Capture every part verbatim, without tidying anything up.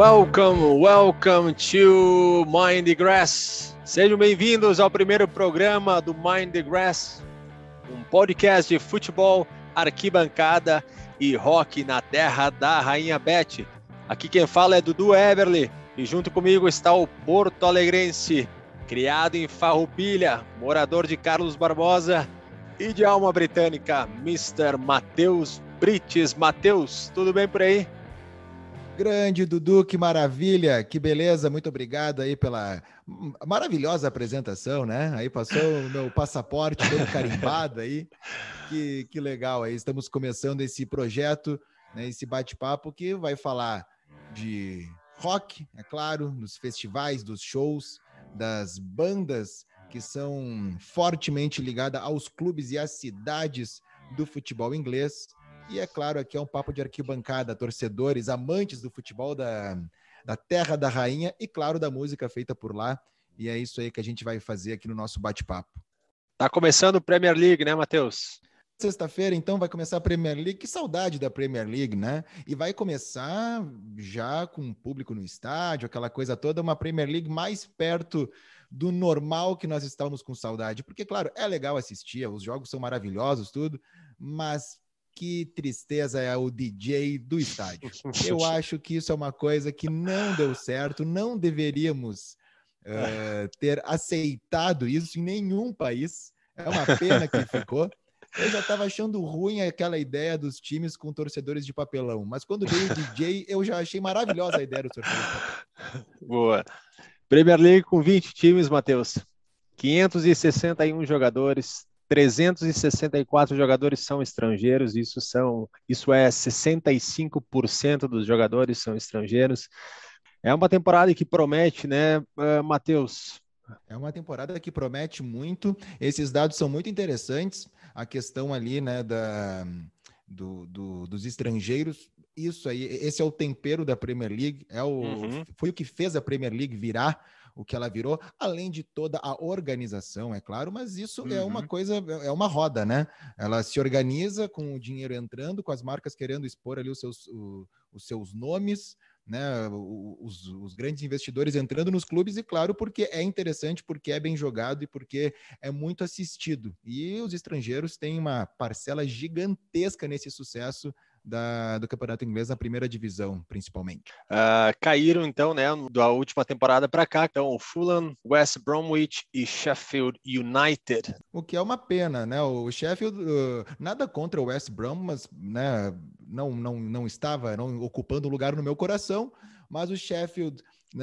Welcome, welcome to Mind the Grass. Sejam bem-vindos ao primeiro programa do Mind the Grass, um podcast de futebol, arquibancada e rock na terra da Rainha Beth. Aqui quem fala é Dudu Eberle e junto comigo está o Porto Alegrense, criado em Farroupilha, morador de Carlos Barbosa e de alma britânica, mister Matheus Brites. Matheus, tudo bem por aí? Grande Dudu, que maravilha, que beleza, muito obrigado aí pela maravilhosa apresentação, né? Aí passou o meu passaporte todo carimbado aí, que, que legal aí, estamos começando esse projeto, né, esse bate-papo que vai falar de rock, é claro, nos festivais, dos shows, das bandas que são fortemente ligadas aos clubes e às cidades do futebol inglês. E é claro, aqui é um papo de arquibancada, torcedores, amantes do futebol da, da terra da rainha e, claro, da música feita por lá. E é isso aí que a gente vai fazer aqui no nosso bate-papo. Tá começando o Premier League, né, Matheus? Sexta-feira, então, vai começar a Premier League. Que saudade da Premier League, né? E vai começar já com o público no estádio, aquela coisa toda, uma Premier League mais perto do normal que nós estávamos com saudade. Porque, claro, é legal assistir, os jogos são maravilhosos, tudo, mas que tristeza é o D J do estádio. Eu acho que isso é uma coisa que não deu certo, não deveríamos uh, ter aceitado isso em nenhum país. É uma pena que ficou. Eu já estava achando ruim aquela ideia dos times com torcedores de papelão, mas quando veio o D J, eu já achei maravilhosa a ideia dos torcedores de papelão. Boa. Premier League com vinte times, Matheus. quinhentos e sessenta e um jogadores, trezentos e sessenta e quatro jogadores são estrangeiros, isso, são, isso é sessenta e cinco por cento dos jogadores são estrangeiros. É uma temporada que promete, né, uh, Matheus? É uma temporada que promete muito, esses dados são muito interessantes, a questão ali, né, da, do, do, dos estrangeiros, isso aí, esse é o tempero da Premier League, é o, uhum. Foi o que fez a Premier League virar o que ela virou, além de toda a organização, é claro, mas isso uhum. é uma coisa, é uma roda, né? Ela se organiza com o dinheiro entrando, com as marcas querendo expor ali os seus, o, os seus nomes, né? Os, os grandes investidores entrando nos clubes, e claro, porque é interessante, porque é bem jogado e porque é muito assistido. E os estrangeiros têm uma parcela gigantesca nesse sucesso Da, do campeonato inglês na primeira divisão, principalmente. Uh, caíram, então, né, da última temporada para cá, então, o Fulham, West Bromwich e Sheffield United. O que é uma pena, né? O Sheffield, uh, nada contra o West Brom, mas né, não, não, não estava não, ocupando lugar no meu coração, mas o Sheffield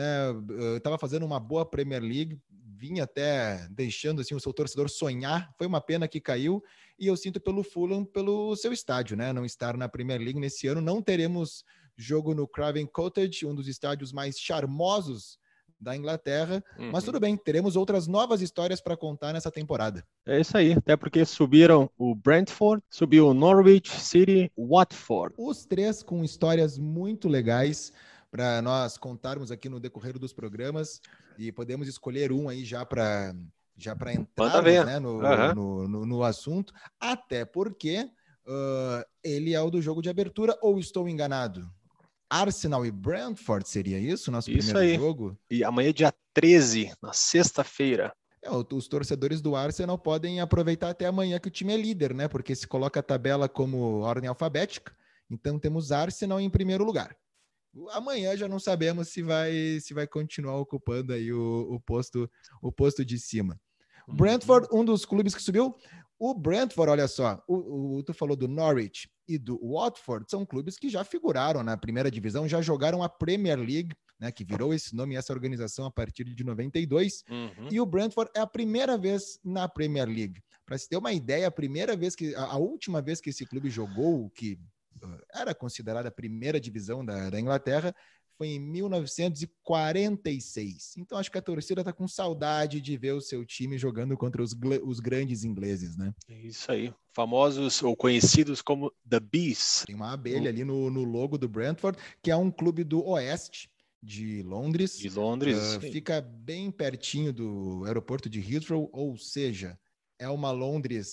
estava né, fazendo uma boa Premier League, vinha até deixando assim, o seu torcedor sonhar, foi uma pena que caiu, e eu sinto pelo Fulham, pelo seu estádio, né? Não estar na Premier League nesse ano. Não teremos jogo no Craven Cottage, um dos estádios mais charmosos da Inglaterra, uhum. Mas tudo bem, teremos outras novas histórias para contar nessa temporada. É isso aí, até porque subiram o Brentford, subiu o Norwich City, Watford. Os três com histórias muito legais para nós contarmos aqui no decorrer dos programas, e podemos escolher um aí já para já para entrarmos né, no, uhum. no, no, no assunto, até porque uh, ele é o do jogo de abertura, ou estou enganado? Arsenal e Brentford seria isso, nosso isso primeiro aí. jogo? E amanhã, dia treze, na sexta-feira. É, os torcedores do Arsenal podem aproveitar até amanhã que o time é líder, né? Porque se coloca a tabela como ordem alfabética, então temos Arsenal em primeiro lugar. Amanhã já não sabemos se vai, se vai continuar ocupando aí o, o, posto, o posto de cima. Uhum. Brentford, um dos clubes que subiu. O Brentford, olha só, o, o, tu falou do Norwich e do Watford, são clubes que já figuraram na primeira divisão, já jogaram a Premier League, né, que virou esse nome e essa organização a partir de noventa e dois, uhum. E o Brentford é a primeira vez na Premier League. Para se ter uma ideia, a primeira vez que, a, a última vez que esse clube jogou, que uh, era considerada a primeira divisão da, da Inglaterra, foi em mil novecentos e quarenta e seis. Então, acho que a torcida está com saudade de ver o seu time jogando contra os, os grandes ingleses, né? Isso aí. Famosos ou conhecidos como The Bees. Tem uma abelha ali no, no logo do Brentford, que é um clube do Oeste de Londres. De Londres. Uh, fica bem pertinho do aeroporto de Heathrow, ou seja, é uma Londres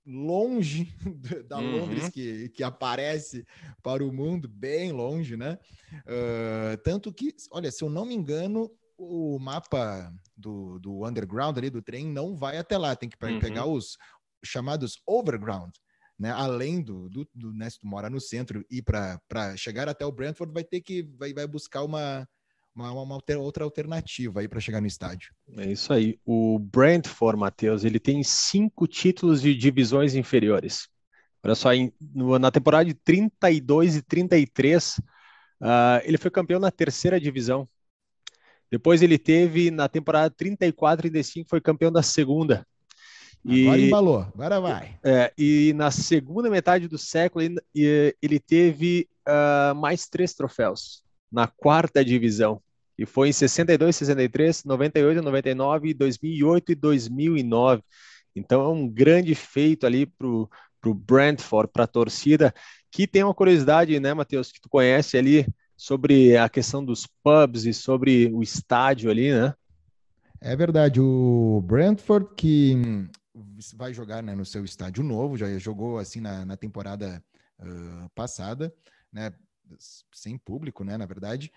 longe da Uhum. Londres que, que aparece para o mundo, bem longe, né? Uh, tanto que, olha, se eu não me engano, o mapa do, do underground ali do trem não vai até lá, tem que pe- Uhum. pegar os chamados overground, né? Além do, do, do né, se tu mora no centro e para chegar até o Brentford vai ter que vai, vai buscar uma, uma, uma alter, outra alternativa aí para chegar no estádio. É isso aí. O Brentford, Matheus, ele tem cinco títulos de divisões inferiores. Olha só, em, no, na temporada de trinta e dois e trinta e três, uh, ele foi campeão na terceira divisão. Depois ele teve, na temporada trinta e quatro e trinta e cinco, foi campeão da segunda. Agora E, embalou, agora vai. É, e na segunda metade do século, ele, ele teve uh, mais três troféus na quarta divisão. E foi em sessenta e dois, sessenta e três, noventa e oito, noventa e nove, dois mil e oito e dois mil e nove. Então é um grande feito ali para o Brentford, para a torcida, que tem uma curiosidade, né, Matheus, que tu conhece ali sobre a questão dos pubs e sobre o estádio ali, né? É verdade, o Brentford que hum, vai jogar, né, no seu estádio novo, já jogou assim na, na temporada uh, passada, né, sem público, né, na verdade.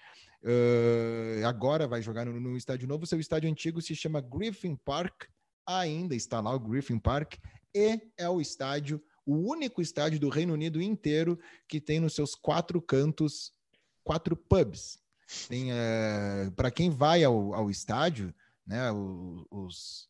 Uh, agora vai jogar no, no estádio novo. Seu estádio antigo se chama Griffin Park, ainda está lá o Griffin Park, e é o estádio, o único estádio do Reino Unido inteiro que tem nos seus quatro cantos quatro pubs. Tem uh, para quem vai ao, ao estádio, né, os,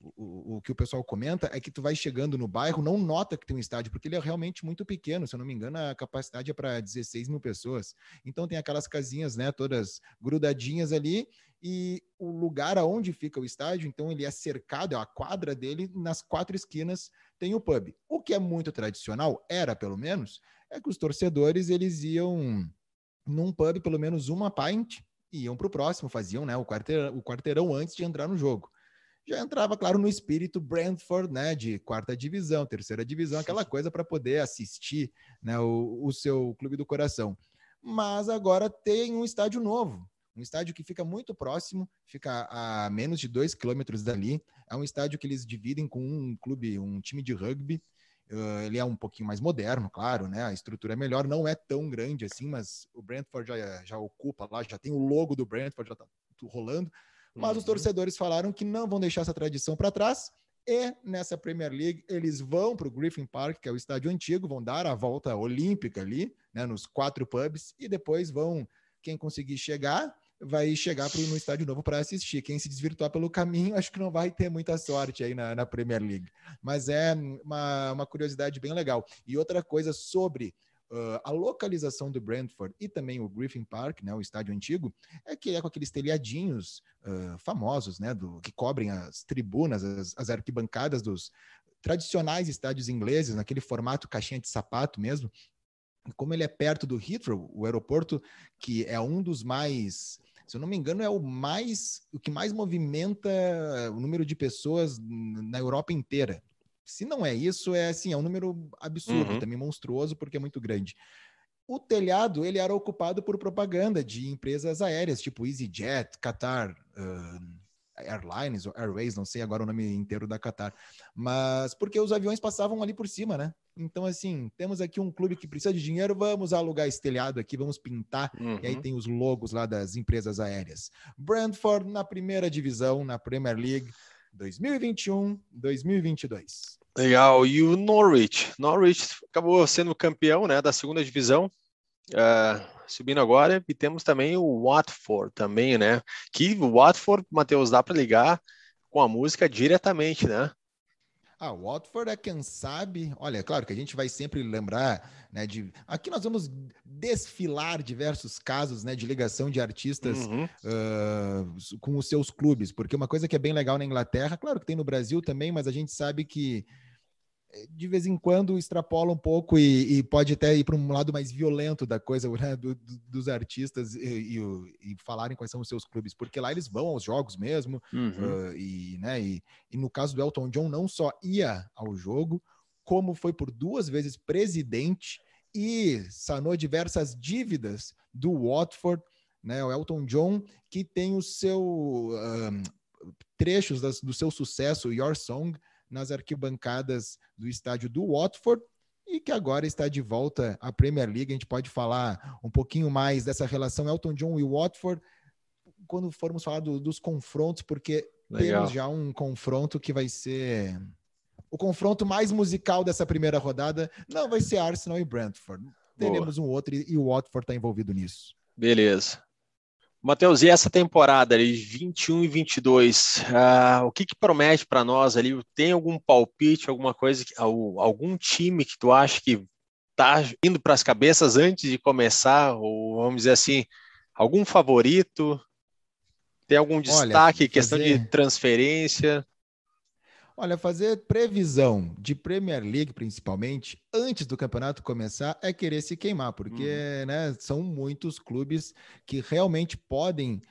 o, o que o pessoal comenta é que tu vai chegando no bairro, não nota que tem um estádio, porque ele é realmente muito pequeno, se eu não me engano a capacidade é para dezesseis mil pessoas, então tem aquelas casinhas, né, todas grudadinhas ali, e o lugar aonde fica o estádio, então ele é cercado, a quadra dele, nas quatro esquinas tem o pub. O que é muito tradicional, era pelo menos, é que os torcedores, eles iam num pub pelo menos uma pint, e iam para o próximo, faziam, né, o, quarteirão, o quarteirão antes de entrar no jogo. Já entrava, claro, no espírito Brentford, né, de quarta divisão, terceira divisão, aquela coisa para poder assistir, né, o, o seu clube do coração. Mas agora tem um estádio novo, um estádio que fica muito próximo, fica a menos de dois quilômetros dali. É um estádio que eles dividem com um clube, um time de rugby. Uh, ele é um pouquinho mais moderno, claro, né? A estrutura é melhor, não é tão grande assim, mas o Brentford já, já ocupa lá, já tem o logo do Brentford, já tá rolando. Mas uhum. Os torcedores falaram que não vão deixar essa tradição para trás, e nessa Premier League eles vão para o Griffin Park, que é o estádio antigo, vão dar a volta olímpica ali, né, nos quatro pubs, e depois vão, quem conseguir chegar, vai chegar pro, no estádio novo para assistir. Quem se desvirtuar pelo caminho, acho que não vai ter muita sorte aí na, na Premier League. Mas é uma, uma curiosidade bem legal. E outra coisa sobre uh, a localização do Brentford e também o Griffin Park, né, o estádio antigo, é que é com aqueles telhadinhos uh, famosos, né, do, que cobrem as tribunas, as, as arquibancadas dos tradicionais estádios ingleses, naquele formato caixinha de sapato mesmo. Como ele é perto do Heathrow, o aeroporto que é um dos mais, se eu não me engano, é o mais, o que mais movimenta o número de pessoas na Europa inteira. Se não é isso, é assim, é um número absurdo, uhum. também monstruoso, porque é muito grande. O telhado, ele era ocupado por propaganda de empresas aéreas, tipo EasyJet, Qatar uh, Airlines, ou Airways, não sei agora o nome inteiro da Qatar, mas porque os aviões passavam ali por cima, né? Então, assim, temos aqui um clube que precisa de dinheiro, vamos alugar esse telhado aqui, vamos pintar, uhum. e aí tem os logos lá das empresas aéreas. Brentford na primeira divisão, na Premier League, dois mil e vinte e um, dois mil e vinte e dois. Legal, e o Norwich? Norwich acabou sendo campeão, né, da segunda divisão, uh, subindo agora, e temos também o Watford também, né, que o Watford, Matheus, dá para ligar com a música diretamente, né? Ah, o Watford é quem sabe, olha, é claro que a gente vai sempre lembrar, né, de, aqui nós vamos desfilar diversos casos, né, de ligação de artistas uhum. uh, com os seus clubes, porque uma coisa que é bem legal na Inglaterra, claro que tem no Brasil também, mas a gente sabe que de vez em quando extrapola um pouco e, e pode até ir para um lado mais violento da coisa, né, do, do, dos artistas e, e, e falarem quais são os seus clubes, porque lá eles vão aos jogos mesmo, uhum. uh, e, né, e, e no caso do Elton John não só ia ao jogo, como foi por duas vezes presidente e sanou diversas dívidas do Watford, né, o Elton John, que tem o seu uh, trechos das, do seu sucesso, Your Song, nas arquibancadas do estádio do Watford, e que agora está de volta à Premier League. A gente pode falar um pouquinho mais dessa relação Elton John e Watford quando formos falar do, dos confrontos, porque Legal. Temos já um confronto que vai ser o confronto mais musical dessa primeira rodada. Não vai ser Arsenal e Brentford. Teremos Boa. um outro e, e o Watford está envolvido nisso. Beleza. Matheus, e essa temporada ali, vinte e um e vinte e dois, uh, o que que promete para nós ali? Tem algum palpite, alguma coisa, que, algum time que tu acha que tá indo para as cabeças antes de começar, ou vamos dizer assim, algum favorito? Tem algum destaque, Olha, fazer... questão de transferência? Olha, fazer previsão de Premier League, principalmente, antes do campeonato começar, é querer se queimar, porque uhum. né, são muitos clubes que realmente podem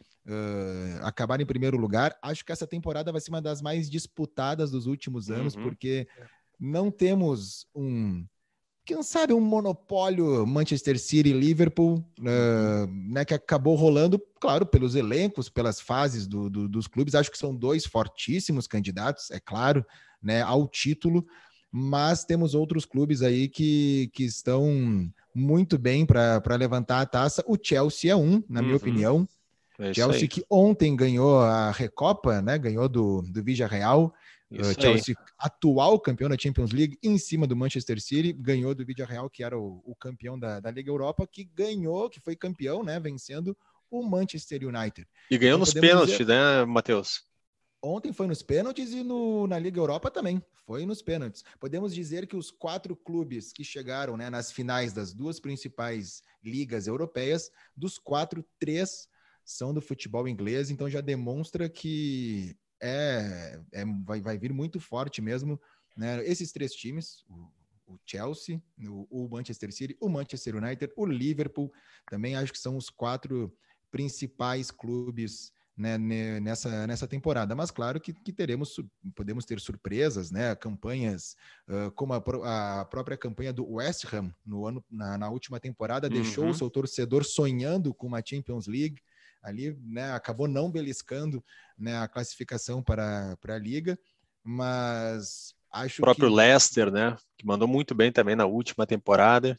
uh, acabar em primeiro lugar. Acho que essa temporada vai ser uma das mais disputadas dos últimos anos, uhum. porque não temos um... quem sabe um monopólio Manchester City e Liverpool, uh, né, que acabou rolando, claro, pelos elencos, pelas fases do, do, dos clubes. Acho que são dois fortíssimos candidatos, é claro, né, ao título, mas temos outros clubes aí que, que estão muito bem para levantar a taça. O Chelsea é um, na minha uhum. opinião. É Chelsea aí. Que ontem ganhou a Recopa, né, ganhou do, do Villarreal. Uh, Chelsea, aí. atual campeão da Champions League, em cima do Manchester City, ganhou do Villarreal, que era o, o campeão da, da Liga Europa, que ganhou, que foi campeão, né, vencendo o Manchester United. E ganhou então, nos pênaltis, dizer... né, Matheus? Ontem foi nos pênaltis e no, na Liga Europa também, foi nos pênaltis. Podemos dizer que os quatro clubes que chegaram, né, nas finais das duas principais ligas europeias, dos quatro, três são do futebol inglês, então já demonstra que É, é, vai, vai vir muito forte mesmo, né? Esses três times, o, o Chelsea, o, o Manchester City, o Manchester United, o Liverpool, também acho que são os quatro principais clubes, né, nessa, nessa temporada. Mas claro que, que teremos, podemos ter surpresas, né? Campanhas uh, como a, a própria campanha do West Ham no ano, na, na última temporada, uhum. deixou o seu torcedor sonhando com uma Champions League. Ali, né, acabou não beliscando, né, a classificação para, para a Liga, mas acho que... O próprio que... Leicester, né, que mandou muito bem também na última temporada.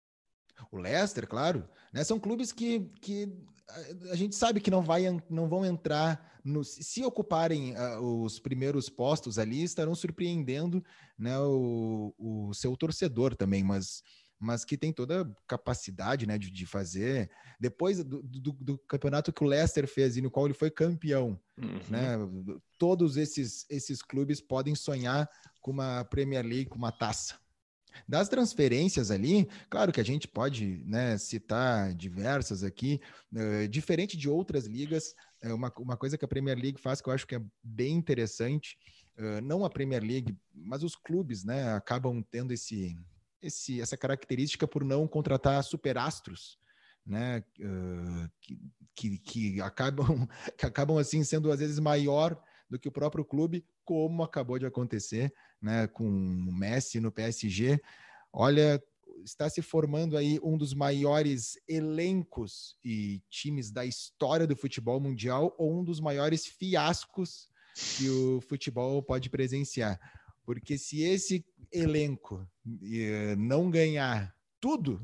O Leicester, claro, né, são clubes que, que a gente sabe que não, vai, não vão entrar, no, se ocuparem uh, os primeiros postos ali, estarão surpreendendo, né, o, o seu torcedor também, mas... mas que tem toda a capacidade, né, de, de fazer. Depois do, do, do campeonato que o Leicester fez e no qual ele foi campeão, uhum. né, todos esses, esses clubes podem sonhar com uma Premier League, com uma taça. Das transferências ali, claro que a gente pode, né, citar diversas aqui, uh, diferente de outras ligas, é uma, uma coisa que a Premier League faz que eu acho que é bem interessante, uh, não a Premier League, mas os clubes, né, acabam tendo esse... Esse, essa característica por não contratar superastros, né, uh, que, que, que, acabam, que acabam assim sendo às vezes maior do que o próprio clube, como acabou de acontecer, né, com o Messi no P S G. Olha, está se formando aí um dos maiores elencos e times da história do futebol mundial, ou um dos maiores fiascos que o futebol pode presenciar. Porque se esse elenco uh, não ganhar tudo,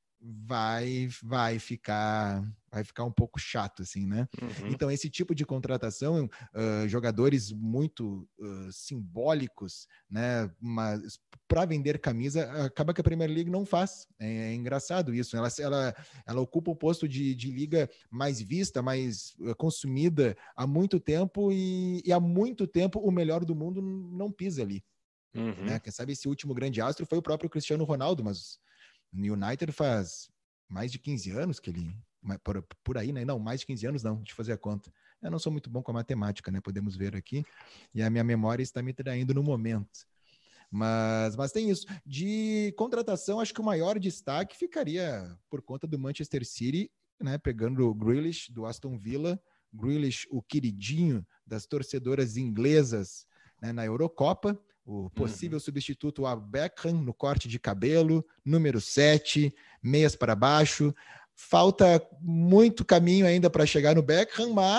vai, vai, ficar, vai ficar um pouco chato, assim, né? Uhum. Então, esse tipo de contratação, uh, jogadores muito uh, simbólicos, né? Mas para vender camisa, acaba que a Premier League não faz. É, é engraçado isso. Ela, ela, ela ocupa o posto de, de liga mais vista, mais uh, consumida há muito tempo e, e há muito tempo o melhor do mundo não pisa ali. Uhum. Né? Quem sabe esse último grande astro foi o próprio Cristiano Ronaldo, mas no United faz mais de quinze anos que ele... Por, por aí, né? Não, mais de quinze anos não, deixa eu fazer a conta. Eu não sou muito bom com a matemática, né? Podemos ver aqui. E a minha memória está me traindo no momento. Mas, mas tem isso. De contratação, acho que o maior destaque ficaria por conta do Manchester City, né? Pegando o Grealish, do Aston Villa. Grealish, o queridinho das torcedoras inglesas, né, na Eurocopa. O possível uhum. substituto a Beckham no corte de cabelo, número sete, meias para baixo. Falta muito caminho ainda para chegar no Beckham, mas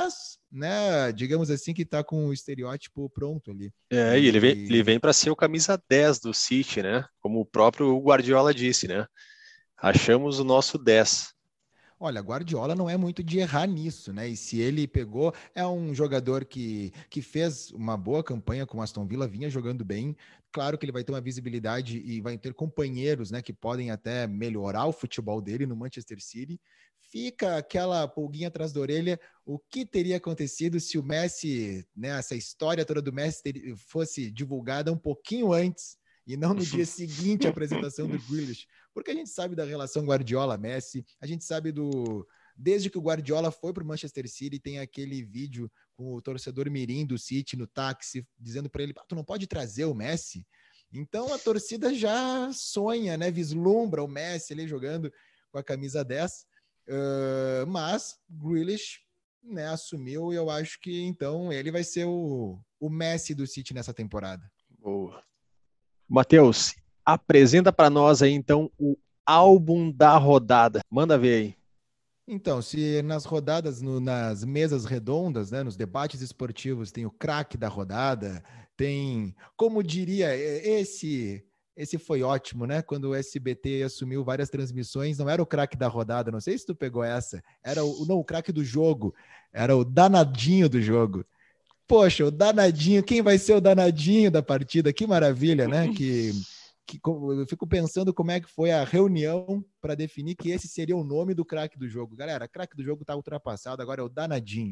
né, digamos assim, que está com o estereótipo pronto ali. É, e ele vem, ele vem para ser o camisa dez do City, né? Como o próprio Guardiola disse, né? Achamos o nosso dez. Olha, Guardiola não é muito de errar nisso, né? E se ele pegou, é um jogador que, que fez uma boa campanha com o Aston Villa, vinha jogando bem. Claro que ele vai ter uma visibilidade e vai ter companheiros, né, que podem até melhorar o futebol dele no Manchester City. Fica aquela pulguinha atrás da orelha, o que teria acontecido se o Messi, né, essa história toda do Messi ter, fosse divulgada um pouquinho antes e não no dia seguinte à apresentação do Grealish, porque a gente sabe da relação Guardiola-Messi, a gente sabe do... Desde que o Guardiola foi para o Manchester City, tem aquele vídeo com o torcedor mirim do City no táxi, dizendo para ele, tu não pode trazer o Messi? Então a torcida já sonha, né? Vislumbra o Messi ali jogando com a camisa dez, uh, mas Grealish, né, assumiu e eu acho que então ele vai ser o, o Messi do City nessa temporada. Boa. Matheus, apresenta para nós aí então o álbum da rodada. Manda ver aí. Então, se nas rodadas, no, nas mesas redondas, né, nos debates esportivos, tem o craque da rodada, tem, como diria, esse esse foi ótimo, né? Quando o S B T assumiu várias transmissões, não era o craque da rodada, não sei se tu pegou essa, era o, não, o craque do jogo, era o danadinho do jogo. Poxa, o danadinho, quem vai ser o danadinho da partida? Que maravilha, né? Que Que, eu fico pensando como é que foi a reunião para definir que esse seria o nome do craque do jogo. Galera, craque do jogo está ultrapassado, agora é o danadinho.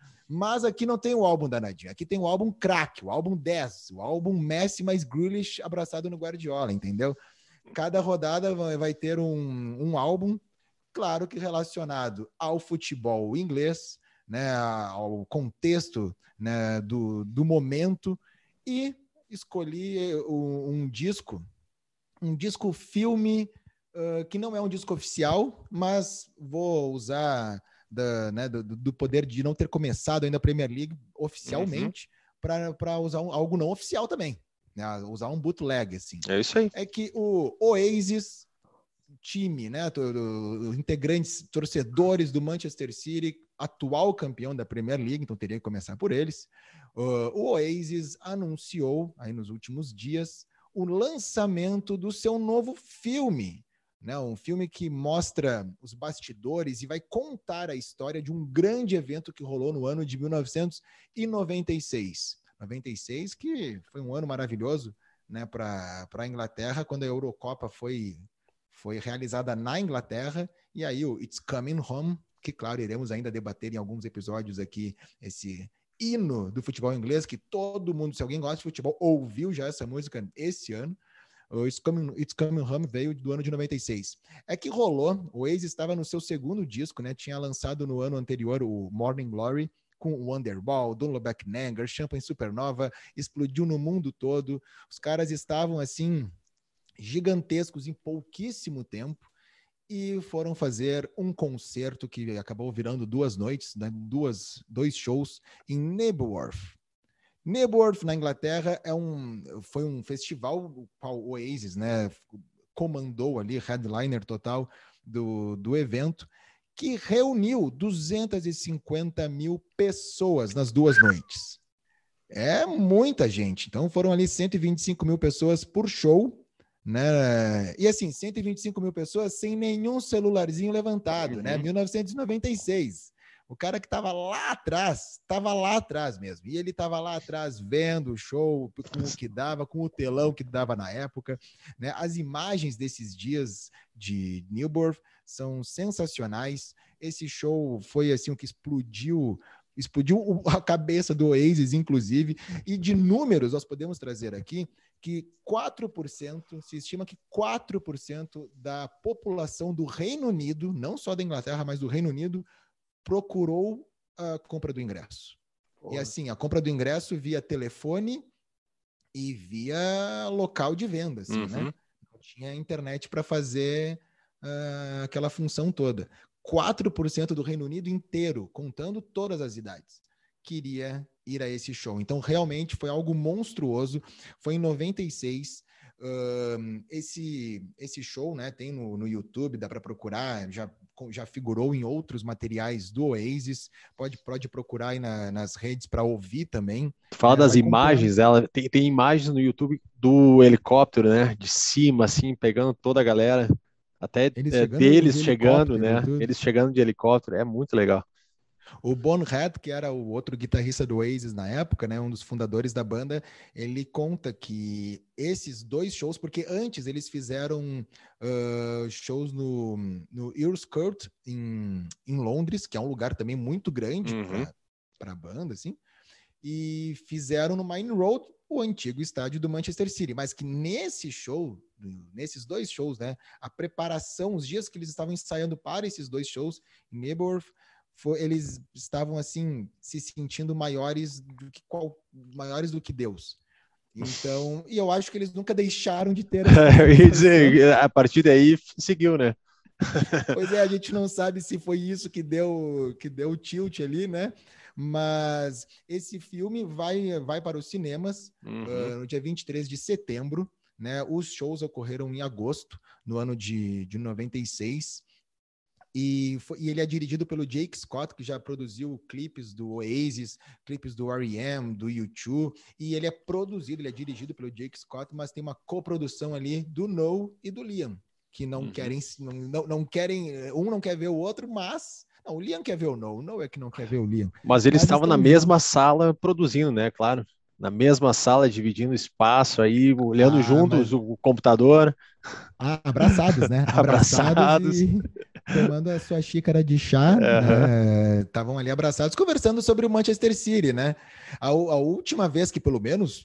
Mas aqui não tem o álbum danadinho, aqui tem o álbum craque, o álbum dez, o álbum Messi mais Grealish abraçado no Guardiola, entendeu? Cada rodada vai ter um, um álbum, claro que relacionado ao futebol inglês, né, ao contexto, né, do, do momento, e escolhi um, um disco um disco filme uh, que não é um disco oficial, mas vou usar da, né, do, do poder de não ter começado ainda a Premier League oficialmente uhum. para usar um, algo não oficial também, né, usar um bootleg, assim. É isso aí. É que o Oasis, time, né, os integrantes, torcedores do Manchester City, atual campeão da Premier League, então teria que começar por eles, uh, o Oasis anunciou aí nos últimos dias o lançamento do seu novo filme, né? Um filme que mostra os bastidores e vai contar a história de um grande evento que rolou no ano de mil novecentos e noventa e seis. noventa e seis, que foi um ano maravilhoso, né, para a Inglaterra, quando a Eurocopa foi, foi realizada na Inglaterra, e aí o It's Coming Home, que claro, iremos ainda debater em alguns episódios aqui esse hino do futebol inglês, que todo mundo, se alguém gosta de futebol, ouviu já essa música esse ano. O It's Coming, It's Coming Home veio do ano de noventa e seis. É que rolou, o Oasis estava no seu segundo disco, né? Tinha lançado no ano anterior o Morning Glory, com Wonderwall, Don't Look Back in Anger, Champagne Supernova, explodiu no mundo todo. Os caras estavam, assim, gigantescos em pouquíssimo tempo. E foram fazer um concerto que acabou virando duas noites, né? Duas, dois shows em Knebworth. Knebworth, na Inglaterra, é um, foi um festival, o qual o Oasis, né, comandou ali, headliner total do, do evento, que reuniu duzentas e cinquenta mil pessoas nas duas noites. É muita gente. Então foram ali cento e vinte e cinco mil pessoas por show, né? E assim, cento e vinte e cinco mil pessoas sem nenhum celularzinho levantado, uhum. né? mil novecentos e noventa e seis. O cara que estava lá atrás, estava lá atrás mesmo. E ele estava lá atrás vendo o show, com o que dava, com o telão que dava na época, né? As imagens desses dias de Knebworth são sensacionais. Esse show foi assim o que explodiu explodiu a cabeça do Oasis, inclusive, e de números nós podemos trazer aqui que quatro por cento, se estima que quatro por cento da população do Reino Unido, não só da Inglaterra, mas do Reino Unido, procurou a compra do ingresso. Porra. E assim, a compra do ingresso via telefone e via local de venda, assim, uhum. né? Não tinha internet para fazer uh, aquela função toda. quatro por cento do Reino Unido inteiro, contando todas as idades, queria ir a esse show. Então, realmente foi algo monstruoso. Foi em noventa e seis. Um, esse, esse show, né, tem no, no YouTube, dá para procurar, já, já figurou em outros materiais do Oasis, pode, pode procurar aí na, nas redes para ouvir também. Fala né, das vai contando... imagens, ela tem, tem imagens no YouTube do helicóptero, né? De cima, assim, pegando toda a galera, até Eles é, chegando deles de chegando, helicóptero e né? tudo. Eles chegando de helicóptero, é muito legal. O Bonhead, que era o outro guitarrista do Oasis na época, né, um dos fundadores da banda, ele conta que esses dois shows, porque antes eles fizeram uh, shows no, no Earls Court, em, em Londres, que é um lugar também muito grande Uhum. para a banda, assim, e fizeram no Main Road, o antigo estádio do Manchester City, mas que nesse show, nesses dois shows, né, a preparação, os dias que eles estavam ensaiando para esses dois shows, em Nebworth, foi, eles estavam assim se sentindo maiores do que qual, maiores do que Deus. Então, e eu acho que eles nunca deixaram de ter essa Eu ia sensação. dizer, a partir daí seguiu, né? Pois é, a gente não sabe se foi isso que deu que deu o tilt ali, né? Mas esse filme vai vai para os cinemas Uhum. uh, no dia vinte e três de setembro, né? Os shows ocorreram em agosto, no ano de, de noventa e seis. E, foi, e ele é dirigido pelo Jake Scott, que já produziu clipes do Oasis, clipes do R E M, do U dois, e ele é produzido, ele é dirigido pelo Jake Scott, mas tem uma coprodução ali do Noel e do Liam, que não uhum. querem, não, não, não querem, um não quer ver o outro, mas não, o Liam quer ver o Noel, o Noel é que não quer ver o Liam. Mas eles estavam na mesma juntos. sala produzindo, né, claro, na mesma sala, dividindo espaço aí, olhando ah, juntos mas... o computador. Ah, abraçados, né? abraçados. abraçados e tomando a sua xícara de chá, né? Estavam ali abraçados, conversando sobre o Manchester City, né? A, a última vez que, pelo menos,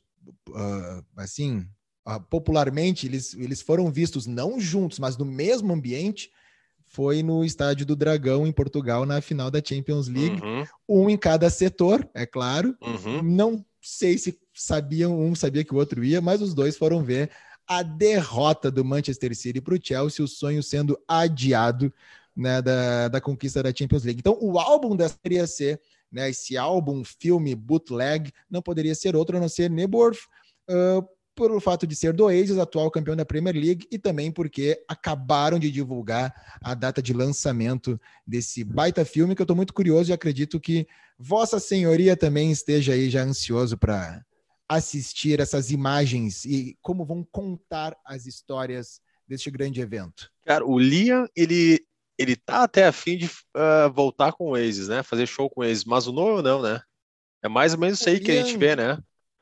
uh, assim, uh, popularmente, eles, eles foram vistos não juntos, mas no mesmo ambiente, foi no Estádio do Dragão, em Portugal, na final da Champions League. Uhum. Um em cada setor, é claro. Uhum. Não sei se sabiam, um sabia que o outro ia, mas os dois foram ver a derrota do Manchester City para o Chelsea, o sonho sendo adiado, né, da, da conquista da Champions League. Então, o álbum dessa poderia ser, né, esse álbum, filme, bootleg, não poderia ser outro a não ser Nebworth, uh, por o fato de ser do Oasis, atual campeão da Premier League, e também porque acabaram de divulgar a data de lançamento desse baita filme, que eu estou muito curioso e acredito que Vossa Senhoria também esteja aí já ansioso para assistir essas imagens e como vão contar as histórias deste grande evento. Cara, o Liam, ele, ele tá até a fim de uh, voltar com o Oasis, né? Fazer show com o Oasis, mas o Noel não, né? É mais ou menos isso aí que a gente vê, né?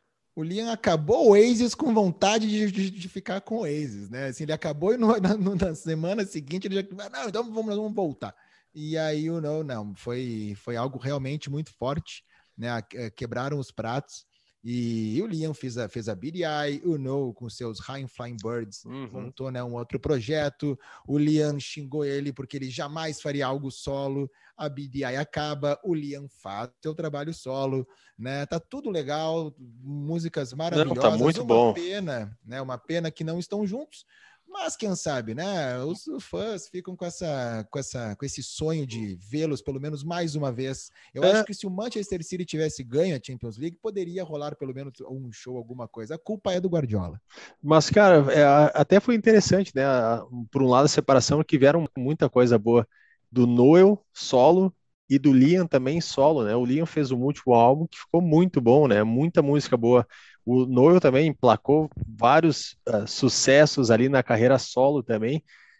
O Liam acabou o Oasis com vontade de, de, de ficar com o Oasis, né? Assim, ele acabou e no, na, na semana seguinte ele já... Não, então vamos, vamos voltar. E aí o não, não, foi, foi algo realmente muito forte, né? Quebraram os pratos. E, e o Liam fez a, fez a B D I, o Noel com seus High Flying Birds uhum. montou, né, um outro projeto. O Liam xingou ele porque ele jamais faria algo solo. A B D I acaba, o Liam faz seu trabalho solo, né? Tá tudo legal, músicas maravilhosas. Não, tá muito uma bom. pena, né? Uma pena que não estão juntos. Mas quem sabe, né? Os fãs ficam com essa, com essa, com esse sonho de vê-los pelo menos mais uma vez. Eu é. acho que se o Manchester City tivesse ganho a Champions League, poderia rolar pelo menos um show, alguma coisa. A culpa é do Guardiola. Mas, cara, é, até foi interessante, né? Por um lado, a separação, que vieram muita coisa boa do Noel solo e do Liam também solo, né? O Liam fez um último álbum que ficou muito bom, né? Muita música boa. O Noel também emplacou vários uh, sucessos ali na carreira solo também,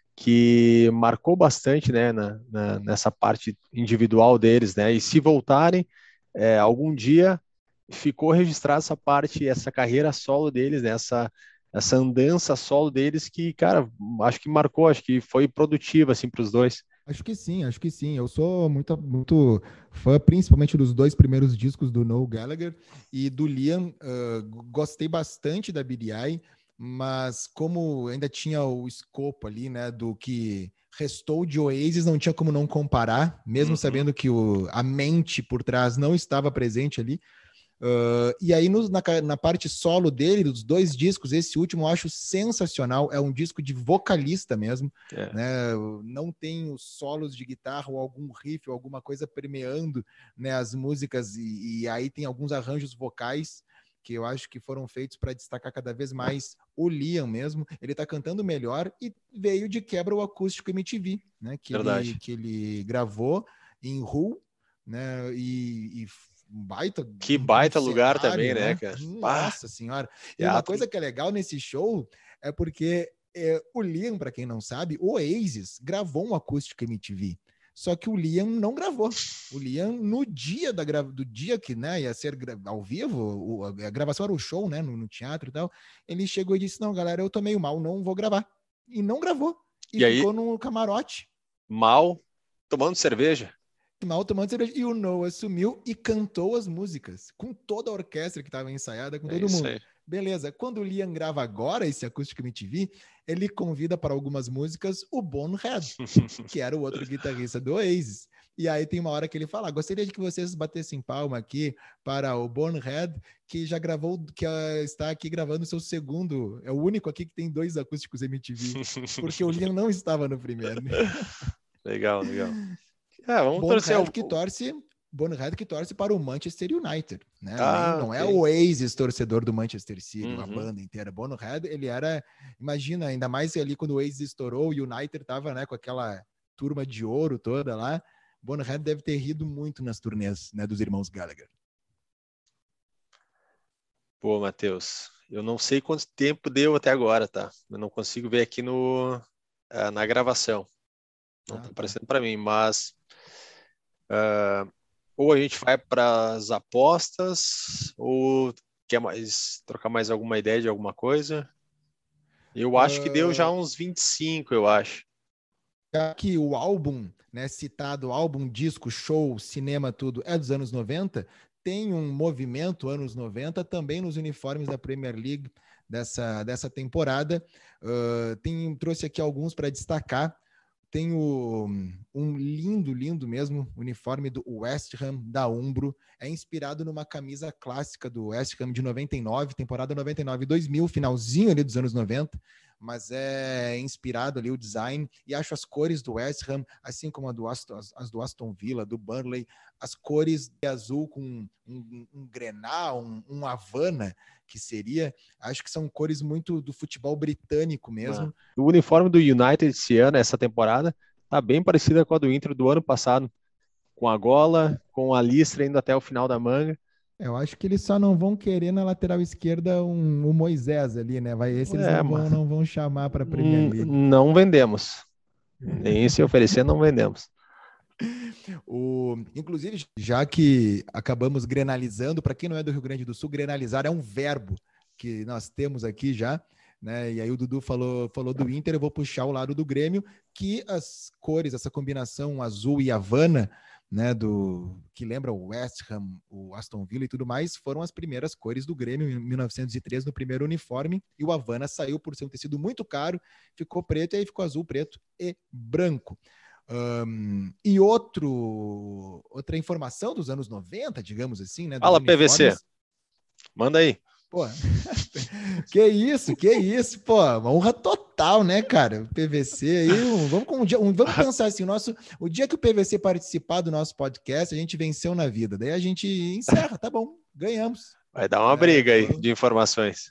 que marcou bastante, né, na, na, nessa parte individual deles, né? E se voltarem, é, algum dia ficou registrada essa parte, essa carreira solo deles, né? Essa, essa andança solo deles que, cara, acho que marcou, acho que foi produtiva, assim, para os dois. Acho que sim, acho que sim. Eu sou muito, muito fã, principalmente dos dois primeiros discos do Noel Gallagher e do Liam. Uh, gostei bastante da B D I, mas como ainda tinha o escopo ali, né, do que restou de Oasis, não tinha como não comparar, mesmo uhum. sabendo que o, a mente por trás não estava presente ali. Uh, e aí no, na, na parte solo dele, dos dois discos, esse último eu acho sensacional, é um disco de vocalista mesmo, é. né? Não tem os solos de guitarra ou algum riff ou alguma coisa permeando, né, as músicas, e, e aí tem alguns arranjos vocais, que eu acho que foram feitos para destacar cada vez mais o Liam mesmo. Ele está cantando melhor e veio de quebra o acústico M T V, né? Que, ele, que ele gravou em Hull, né? E, e baita, que um, baita um lugar cenário, também, né, né? cara? Nossa ah, senhora. E teatro. uma coisa que é legal nesse show é porque é, o Liam, para quem não sabe, o Oasis gravou um acústico M T V. Só que o Liam não gravou. O Liam, no dia da gra... do dia que, né, ia ser gra... ao vivo, o... a gravação era o show, né, no, no teatro e tal, ele chegou e disse, não, galera, eu tô meio mal, não vou gravar. E não gravou. E, e ficou aí, no camarote. Mal, tomando cerveja. Mal tomando cerveja. E o Noah sumiu e cantou as músicas, com toda a orquestra que estava ensaiada, com é todo mundo. Aí. Beleza, quando o Liam grava agora esse acústico M T V, ele convida para algumas músicas o Bonehead, que era o outro guitarrista do Oasis. E aí tem uma hora que ele fala, gostaria de que vocês batessem palma aqui para o Bonehead, que já gravou, que uh, está aqui gravando o seu segundo, é o único aqui que tem dois acústicos M T V, porque o Liam não estava no primeiro. Legal, legal. É, vamos Bonehead torcer o... que torce... Bonehead que torce para o Manchester United, né? Ah, Nem, não okay. é o Oasis torcedor do Manchester City, uhum. A banda inteira. Bonehead, ele era, imagina, ainda mais ali quando o Oasis estourou, o United tava, né, com aquela turma de ouro toda lá. Bonehead deve ter rido muito nas turnês, né, dos irmãos Gallagher. Pô, Matheus, eu não sei quanto tempo deu até agora, tá? Eu não consigo ver aqui no uh, na gravação. Não ah, tá aparecendo para mim, mas uh, ou a gente vai para as apostas, ou quer mais trocar mais alguma ideia de alguma coisa? Eu acho uh... que deu já uns vinte e cinco, eu acho. Que o álbum, né, citado, álbum, disco, show, cinema, tudo, é dos anos noventa, tem um movimento anos noventa também nos uniformes da Premier League dessa, dessa temporada. Uh, tem, trouxe aqui alguns para destacar. Tem o, um lindo, lindo mesmo uniforme do West Ham, da Umbro. É inspirado numa camisa clássica do West Ham de noventa e nove, temporada noventa e nove e dois mil, finalzinho ali dos anos noventa. Mas é inspirado ali o design. E acho as cores do West Ham, assim como a do Aston, as, as do Aston Villa, do Burnley, as cores de azul com um, um, um Grenal, um, um Havana, que seria, acho que são cores muito do futebol britânico mesmo. Ah, o uniforme do United esse ano, essa temporada, tá bem parecida com a do Inter do ano passado, com a gola, com a listra indo até o final da manga. Eu acho que eles só não vão querer na lateral esquerda um, um Moisés ali, né? Vai, esse eles é, não, vão, não vão chamar para a Premier League. Não vendemos. Nem se oferecer, não vendemos. O, inclusive, já que acabamos grenalizando, para quem não é do Rio Grande do Sul, grenalizar é um verbo que nós temos aqui já, né? E aí o Dudu falou, falou do Inter, eu vou puxar o lado do Grêmio, que as cores, essa combinação azul e Havana, né, do, que lembra o West Ham, o Aston Villa e tudo mais, foram as primeiras cores do Grêmio em mil novecentos e três no primeiro uniforme, e o Havana saiu por ser um tecido muito caro, ficou preto, e aí ficou azul, preto e branco. Um, e outro, outra informação dos anos noventa, digamos assim, né? Fala, P V C. Manda aí. Pô, que isso, que isso, pô, uma honra total, né, cara? O P V C aí, um, vamos, com um dia, um, vamos pensar assim, o, nosso, o dia que o P V C participar do nosso podcast, a gente venceu na vida, daí a gente encerra, tá bom, ganhamos. Vai dar uma é, briga aí vamos... de informações.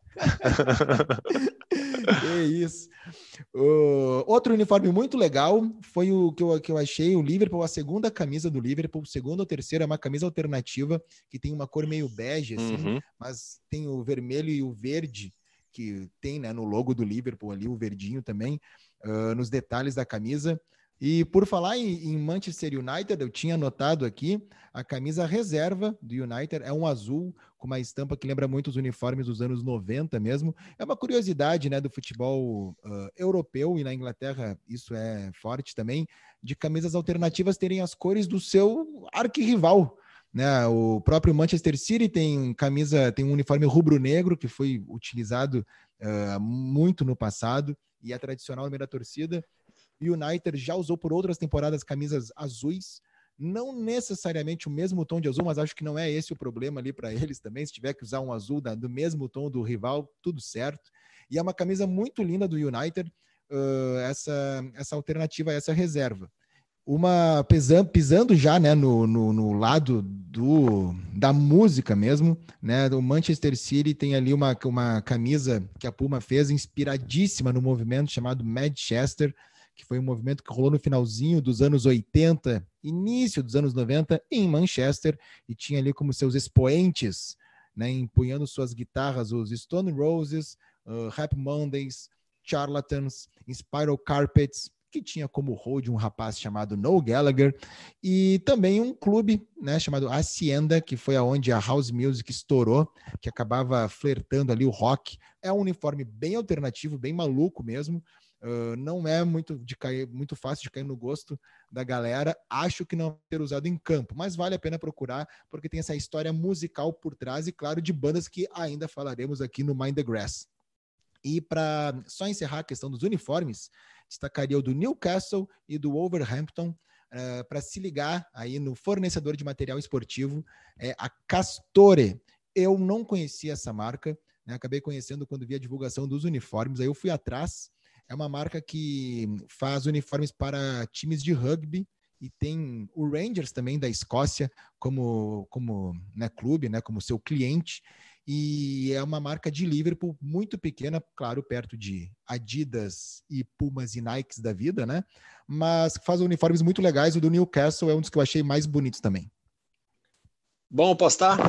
Que isso. Uh, outro uniforme muito legal foi o que eu, que eu achei, o Liverpool, a segunda camisa do Liverpool, segunda ou terceira, é uma camisa alternativa que tem uma cor meio bege, assim, uhum. Mas tem o vermelho e o verde, que tem, né, no logo do Liverpool ali, o verdinho também, uh, nos detalhes da camisa. E por falar em, em Manchester United, eu tinha anotado aqui, a camisa reserva do United é um azul com uma estampa que lembra muito os uniformes dos anos noventa mesmo. É uma curiosidade, né, do futebol uh, europeu, e na Inglaterra isso é forte também, de camisas alternativas terem as cores do seu arquirrival, né? O próprio Manchester City tem camisa, tem um uniforme rubro-negro que foi utilizado uh, muito no passado e é tradicional no meio da torcida. O United já usou por outras temporadas camisas azuis, não necessariamente o mesmo tom de azul, mas acho que não é esse o problema ali para eles também. Se tiver que usar um azul da, do mesmo tom do rival, tudo certo. E é uma camisa muito linda do United, uh, essa, essa alternativa, essa reserva. uma pisando, pisando já, né, no, no, no lado do, da música mesmo, né, o Manchester City tem ali uma, uma camisa que a Puma fez inspiradíssima no movimento chamado Manchester, que foi um movimento que rolou no finalzinho dos anos oitenta, início dos anos noventa, em Manchester, e tinha ali como seus expoentes, né, empunhando suas guitarras, os Stone Roses, uh, Happy Mondays, Charlatans, Spiral Carpets, que tinha como hold um rapaz chamado Noel Gallagher, e também um clube, né, chamado Hacienda, que foi aonde a house music estourou, que acabava flertando ali o rock. É um uniforme bem alternativo, bem maluco mesmo. Uh, não é muito, de cair, muito fácil de cair no gosto da galera. Acho que não vai ser usado em campo, mas vale a pena procurar, porque tem essa história musical por trás e, claro, de bandas que ainda falaremos aqui no Mind the Grass. E para só encerrar a questão dos uniformes, destacaria o do Newcastle e do Wolverhampton, uh, para se ligar aí no fornecedor de material esportivo, é a Castore. Eu não conhecia essa marca, né? Acabei conhecendo quando vi a divulgação dos uniformes, aí eu fui atrás. É uma marca que faz uniformes para times de rugby e tem o Rangers também da Escócia como, como né, clube, né, como seu cliente. E é uma marca de Liverpool muito pequena, claro, perto de Adidas e Pumas e Nikes da vida, né? Mas faz uniformes muito legais. O do Newcastle é um dos que eu achei mais bonitos também. Bom apostar?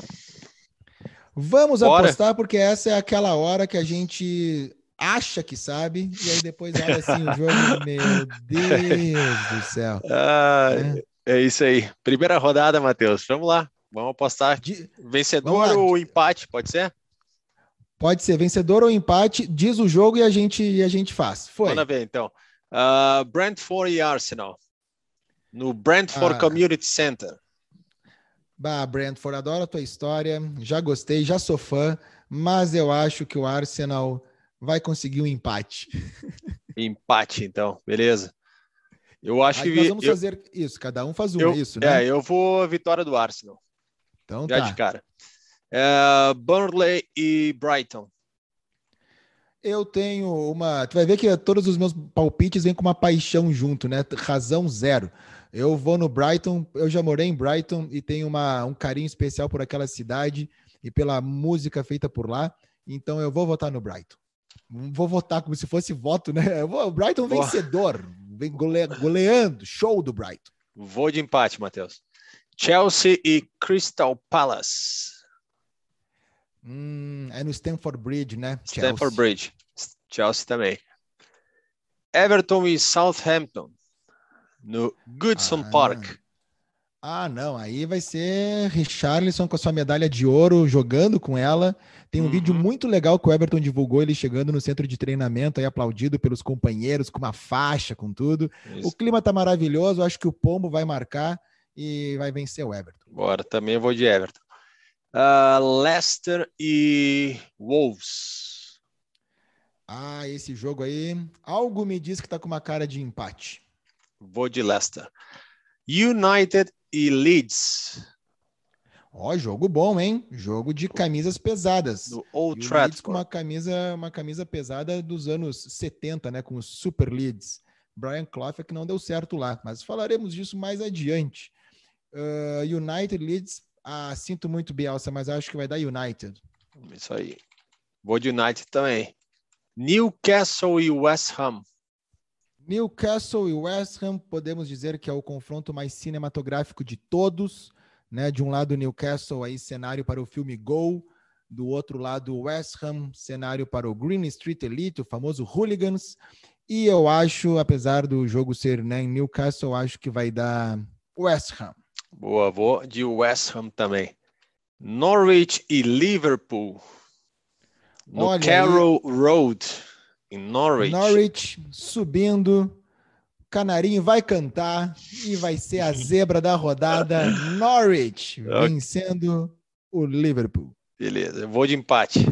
Vamos Bora. apostar, porque essa é aquela hora que a gente acha que sabe, e aí depois olha assim o jogo, meu Deus do céu. Ah, Né? é isso aí. Primeira rodada, Matheus. Vamos lá. Vamos apostar. De... Vamos Vencedor lá. ou empate, pode ser? Pode ser vencedor ou empate, diz o jogo e a gente, e a gente faz. Foi. Manda ver, então. Uh, Brentford e Arsenal. No Brentford Ah, Community Center. bah, Brentford, adoro a tua história. Já gostei, já sou fã, mas eu acho que o Arsenal vai conseguir um empate. Empate, então. Beleza. Eu acho Aí nós que... vamos Eu, fazer isso, cada um faz uma, eu, isso, né? é, eu vou vitória do Arsenal. Então Já de tá. cara. Uh, Burnley e Brighton. Eu tenho uma. Tu vai ver que todos os meus palpites vêm com uma paixão junto, né? Razão zero. Eu vou no Brighton, eu já morei em Brighton e tenho uma, um carinho especial por aquela cidade e pela música feita por lá. Então eu vou votar no Brighton. Vou votar como se fosse voto, né? Eu vou, o Brighton Vou. vencedor, vem gole, goleando, show do Brighton. Vou de empate, Matheus. Chelsea e Crystal Palace. Hum, é no Stamford Bridge, né? Stamford Chelsea. Bridge. Chelsea também. Everton e Southampton. No Goodson Ah, Park. ah, não. Aí vai ser Richarlison com a sua medalha de ouro, jogando com ela. Tem um Uhum. vídeo muito legal que o Everton divulgou, ele chegando no centro de treinamento, aí aplaudido pelos companheiros, com uma faixa, com tudo. Isso. O clima tá maravilhoso, acho que o Pombo vai marcar e vai vencer o Everton. Bora, também vou de Everton. Uh, Leicester e Wolves. Ah, esse jogo aí, algo me diz que tá com uma cara de empate. Vou de Leicester. United e Leeds. Ó, jogo bom, hein? Jogo de camisas pesadas. No Old e o Trafford. Leeds com uma camisa, uma camisa pesada dos anos setenta, né? Com os Super Leeds. Brian Clough é que não deu certo lá, mas falaremos disso mais adiante. Uh, United Leeds, ah, sinto muito, Bielsa, mas acho que vai dar United. Isso aí. Vou de United também. Newcastle e West Ham. Newcastle e West Ham, podemos dizer que é o confronto mais cinematográfico de todos, né? De um lado, Newcastle, aí cenário para o filme Go. Do outro lado, West Ham, cenário para o Green Street Elite, o famoso Hooligans. E eu acho, apesar do jogo ser, né, em Newcastle, eu acho que vai dar West Ham. Boa, vou de West Ham também. Norwich e Liverpool. No Olha Carroll aí, Road, em Norwich. Norwich subindo. Canarinho vai cantar e vai ser a zebra da rodada. Norwich vencendo o Liverpool. Beleza, eu vou de empate.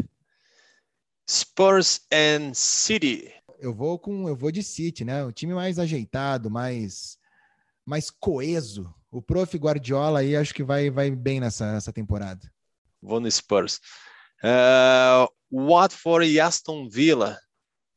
Spurs and City. Eu vou com, eu vou de City, né? O time mais ajeitado, mais, mais coeso. O prof Guardiola aí acho que vai, vai bem nessa, nessa temporada. Vou no Spurs. Uh, Watford e Aston Villa.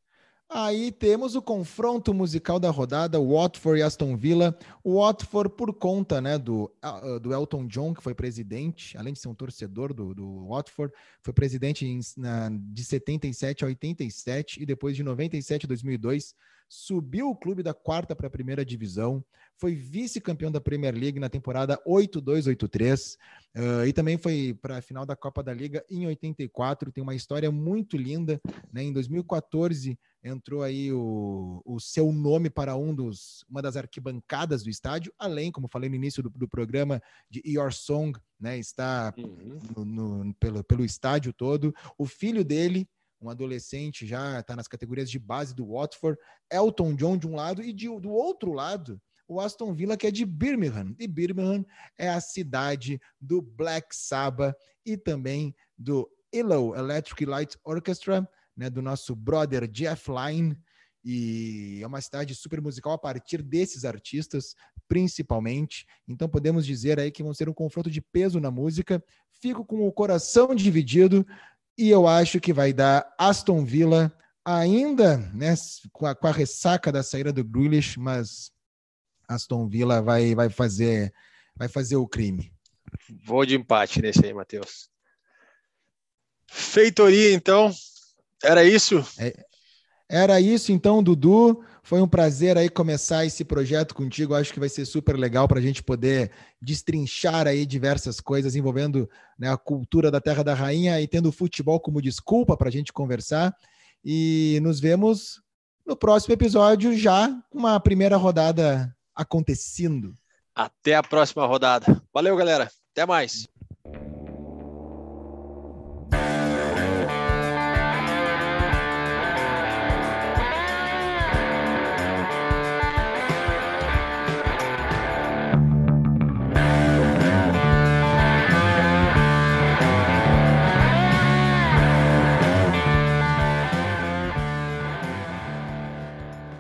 Aí temos o confronto musical da rodada, Watford e Aston Villa. O Watford, por conta, né, do, uh, do Elton John, que foi presidente, além de ser um torcedor do, do Watford, foi presidente em, na, de setenta e sete a oitenta e sete e depois de noventa e sete a dois mil e dois subiu o clube da quarta para a primeira divisão, foi vice-campeão da Premier League na temporada oitenta e dois oitenta e três uh, e também foi para a final da Copa da Liga em oitenta e quatro. Tem uma história muito linda, né? Em dois mil e quatorze entrou aí o, o seu nome para um dos, uma das arquibancadas do estádio, além, como falei no início do, do programa, de Your Song, né? Está uhum. no, no, pelo, pelo estádio todo. O filho dele, um adolescente, já está nas categorias de base do Watford, Elton John de um lado, e de, do outro lado, o Aston Villa, que é de Birmingham. E Birmingham é a cidade do Black Sabbath e também do E L O, Electric Light Orchestra, né, do nosso brother Jeff Lynne. E é uma cidade super musical a partir desses artistas, principalmente. Então podemos dizer aí que vão ser um confronto de peso na música. Fico com o coração dividido, e eu acho que vai dar Aston Villa ainda, né, com a, com a ressaca da saída do Grealish, mas Aston Villa vai, vai, fazer, vai fazer o crime. Vou de empate nesse aí, Matheus. Feitoria, então. Era isso? É, era isso, então, Dudu. Foi um prazer aí começar esse projeto contigo. Acho que vai ser super legal para a gente poder destrinchar aí diversas coisas envolvendo, né, a cultura da Terra da Rainha e tendo o futebol como desculpa para a gente conversar. E nos vemos no próximo episódio, já com uma primeira rodada acontecendo. Até a próxima rodada. Valeu, galera. Até mais.